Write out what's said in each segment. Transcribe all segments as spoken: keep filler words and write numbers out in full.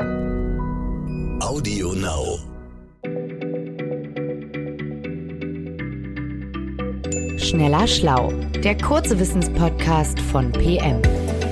Audio Now. Schneller Schlau, der kurze Wissenspodcast von P M.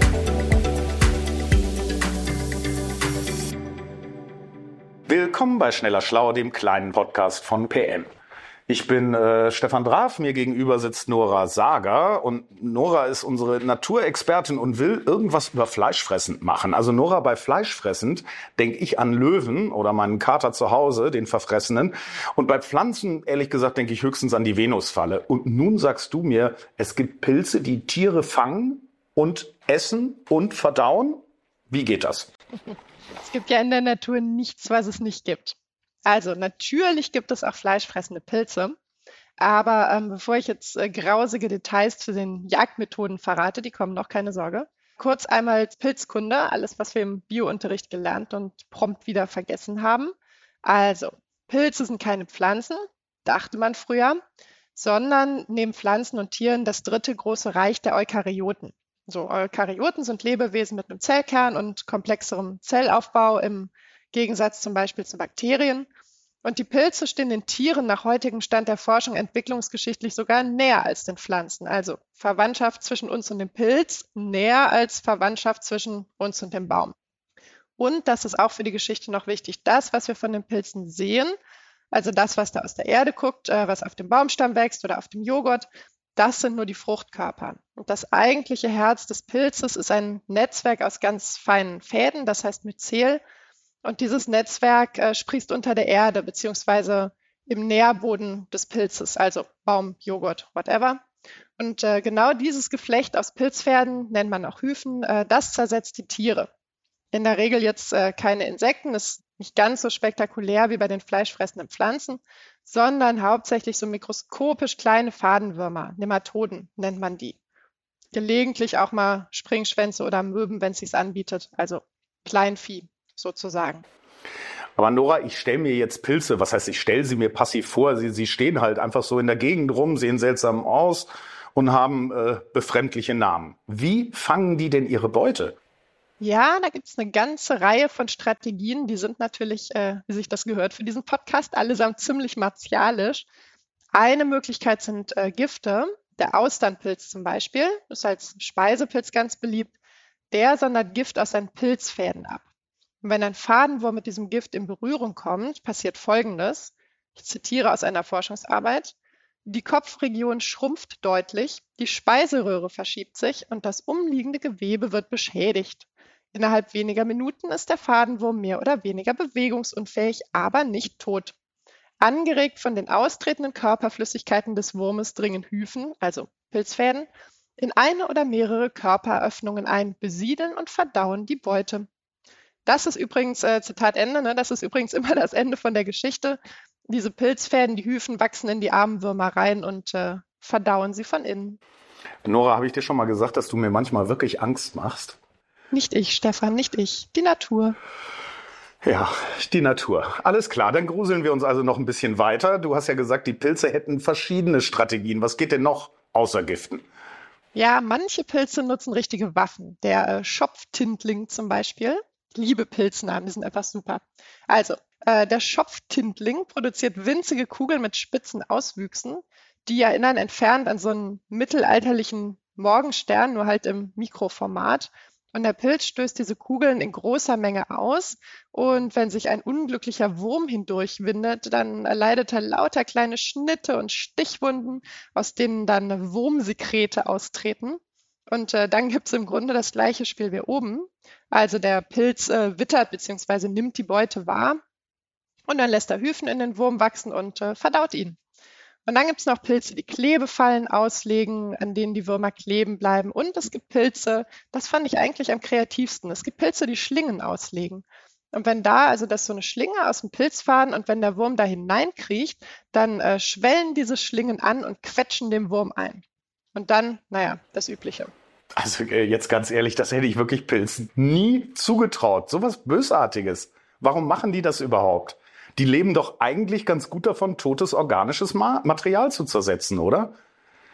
Willkommen bei Schneller Schlau, dem kleinen Podcast von P M. Ich bin äh, Stefan Draf, mir gegenüber sitzt Nora Sager und Nora ist unsere Naturexpertin und will irgendwas über Fleischfressend machen. Also Nora, bei Fleischfressend denke ich an Löwen oder meinen Kater zu Hause, den Verfressenen. Und bei Pflanzen, ehrlich gesagt, denke ich höchstens an die Venusfalle. Und nun sagst du mir, es gibt Pilze, die Tiere fangen und essen und verdauen? Wie geht das? Es gibt ja in der Natur nichts, was es nicht gibt. Also natürlich gibt es auch fleischfressende Pilze, aber ähm, bevor ich jetzt äh, grausige Details zu den Jagdmethoden verrate, die kommen noch, keine Sorge. Kurz einmal Pilzkunde, alles, was wir im Biounterricht gelernt und prompt wieder vergessen haben. Also, Pilze sind keine Pflanzen, dachte man früher, sondern neben Pflanzen und Tieren das dritte große Reich der Eukaryoten. So, Eukaryoten sind Lebewesen mit einem Zellkern und komplexerem Zellaufbau im Gegensatz zum Beispiel zu Bakterien. Und die Pilze stehen den Tieren nach heutigem Stand der Forschung entwicklungsgeschichtlich sogar näher als den Pflanzen. Also Verwandtschaft zwischen uns und dem Pilz näher als Verwandtschaft zwischen uns und dem Baum. Und das ist auch für die Geschichte noch wichtig. Das, was wir von den Pilzen sehen, also das, was da aus der Erde guckt, was auf dem Baumstamm wächst oder auf dem Joghurt, das sind nur die Fruchtkörper. Und das eigentliche Herz des Pilzes ist ein Netzwerk aus ganz feinen Fäden, das heißt Myzel. Und dieses Netzwerk äh, sprießt unter der Erde beziehungsweise im Nährboden des Pilzes, also Baum, Joghurt, whatever. Und äh, genau dieses Geflecht aus Pilzfäden nennt man auch Hyphen, äh, das zersetzt die Tiere. In der Regel jetzt äh, keine Insekten, ist nicht ganz so spektakulär wie bei den fleischfressenden Pflanzen, sondern hauptsächlich so mikroskopisch kleine Fadenwürmer, Nematoden nennt man die. Gelegentlich auch mal Springschwänze oder Möwen, wenn es sich anbietet, also Kleinvieh sozusagen. Aber Nora, ich stelle mir jetzt Pilze, was heißt, ich stelle sie mir passiv vor, sie, sie stehen halt einfach so in der Gegend rum, sehen seltsam aus und haben äh, befremdliche Namen. Wie fangen die denn ihre Beute? Ja, da gibt es eine ganze Reihe von Strategien, die sind natürlich, äh, wie sich das gehört für diesen Podcast, allesamt ziemlich martialisch. Eine Möglichkeit sind äh, Gifte, der Austernpilz zum Beispiel, ist als Speisepilz ganz beliebt, der sondert Gift aus seinen Pilzfäden ab. Und wenn ein Fadenwurm mit diesem Gift in Berührung kommt, passiert Folgendes. Ich zitiere aus einer Forschungsarbeit. Die Kopfregion schrumpft deutlich, die Speiseröhre verschiebt sich und das umliegende Gewebe wird beschädigt. Innerhalb weniger Minuten ist der Fadenwurm mehr oder weniger bewegungsunfähig, aber nicht tot. Angeregt von den austretenden Körperflüssigkeiten des Wurmes dringen Hyphen, also Pilzfäden, in eine oder mehrere Körperöffnungen ein, besiedeln und verdauen die Beute. Das ist übrigens, äh, Zitat Ende, ne, das ist übrigens immer das Ende von der Geschichte. Diese Pilzfäden, die Hyphen, wachsen in die armen Würmer rein und äh, verdauen sie von innen. Nora, habe ich dir schon mal gesagt, dass du mir manchmal wirklich Angst machst? Nicht ich, Stefan, nicht ich. Die Natur. Ja, die Natur. Alles klar, dann gruseln wir uns also noch ein bisschen weiter. Du hast ja gesagt, die Pilze hätten verschiedene Strategien. Was geht denn noch außer Giften? Ja, manche Pilze nutzen richtige Waffen. Der äh, Schopftintling zum Beispiel. Ich liebe Pilznamen, die sind einfach super. Also, äh, der Schopftintling produziert winzige Kugeln mit spitzen Auswüchsen, die erinnern entfernt an so einen mittelalterlichen Morgenstern, nur halt im Mikroformat. Und der Pilz stößt diese Kugeln in großer Menge aus. Und wenn sich ein unglücklicher Wurm hindurchwindet, dann erleidet er lauter kleine Schnitte und Stichwunden, aus denen dann Wurmsekrete austreten. Und äh, dann gibt es im Grunde das gleiche Spiel wie oben. Also der Pilz äh, wittert bzw. nimmt die Beute wahr und dann lässt er Hyphen in den Wurm wachsen und äh, verdaut ihn. Und dann gibt es noch Pilze, die Klebefallen auslegen, an denen die Würmer kleben bleiben. Und es gibt Pilze, das fand ich eigentlich am kreativsten, es gibt Pilze, die Schlingen auslegen. Und wenn da, also das ist so eine Schlinge aus dem Pilzfaden und wenn der Wurm da hineinkriecht, dann äh, schwellen diese Schlingen an und quetschen den Wurm ein. Und dann, naja, das Übliche. Also äh, jetzt ganz ehrlich, das hätte ich wirklich Pilzen nie zugetraut. Sowas Bösartiges. Warum machen die das überhaupt? Die leben doch eigentlich ganz gut davon, totes organisches Ma- Material zu zersetzen, oder?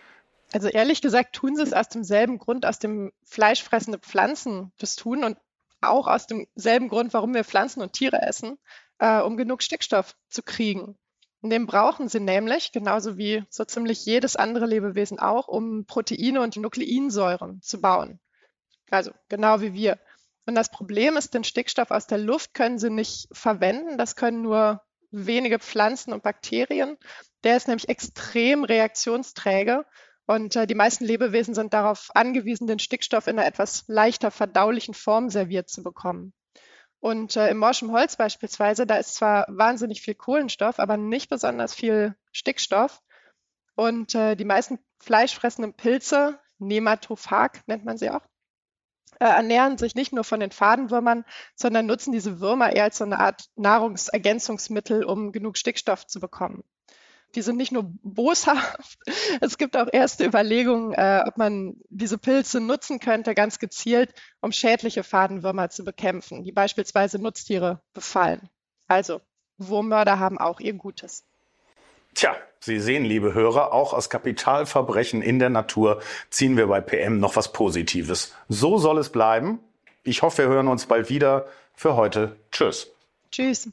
Also ehrlich gesagt tun sie es aus demselben Grund, aus dem fleischfressende Pflanzen das tun. Und auch aus demselben Grund, warum wir Pflanzen und Tiere essen, äh, um genug Stickstoff zu kriegen. Und den brauchen sie nämlich, genauso wie so ziemlich jedes andere Lebewesen auch, um Proteine und Nukleinsäuren zu bauen. Also genau wie wir. Und das Problem ist, den Stickstoff aus der Luft können sie nicht verwenden. Das können nur wenige Pflanzen und Bakterien. Der ist nämlich extrem reaktionsträge. Und äh, die meisten Lebewesen sind darauf angewiesen, den Stickstoff in einer etwas leichter verdaulichen Form serviert zu bekommen. Und äh, im morschem Holz beispielsweise, da ist zwar wahnsinnig viel Kohlenstoff, aber nicht besonders viel Stickstoff. Und äh, die meisten fleischfressenden Pilze, Nematophag nennt man sie auch, äh, ernähren sich nicht nur von den Fadenwürmern, sondern nutzen diese Würmer eher als so eine Art Nahrungsergänzungsmittel, um genug Stickstoff zu bekommen. Die sind nicht nur boshaft, es gibt auch erste Überlegungen, äh, ob man diese Pilze nutzen könnte, ganz gezielt, um schädliche Fadenwürmer zu bekämpfen, die beispielsweise Nutztiere befallen. Also, Wurmmörder haben auch ihr Gutes. Tja, Sie sehen, liebe Hörer, auch aus Kapitalverbrechen in der Natur ziehen wir bei P M noch was Positives. So soll es bleiben. Ich hoffe, wir hören uns bald wieder. Für heute, tschüss. Tschüss.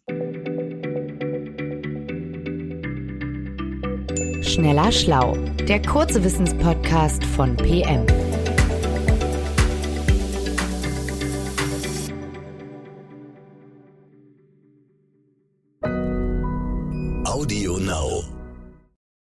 Schneller Schlau, der kurze Wissenspodcast von P M. Audio Now.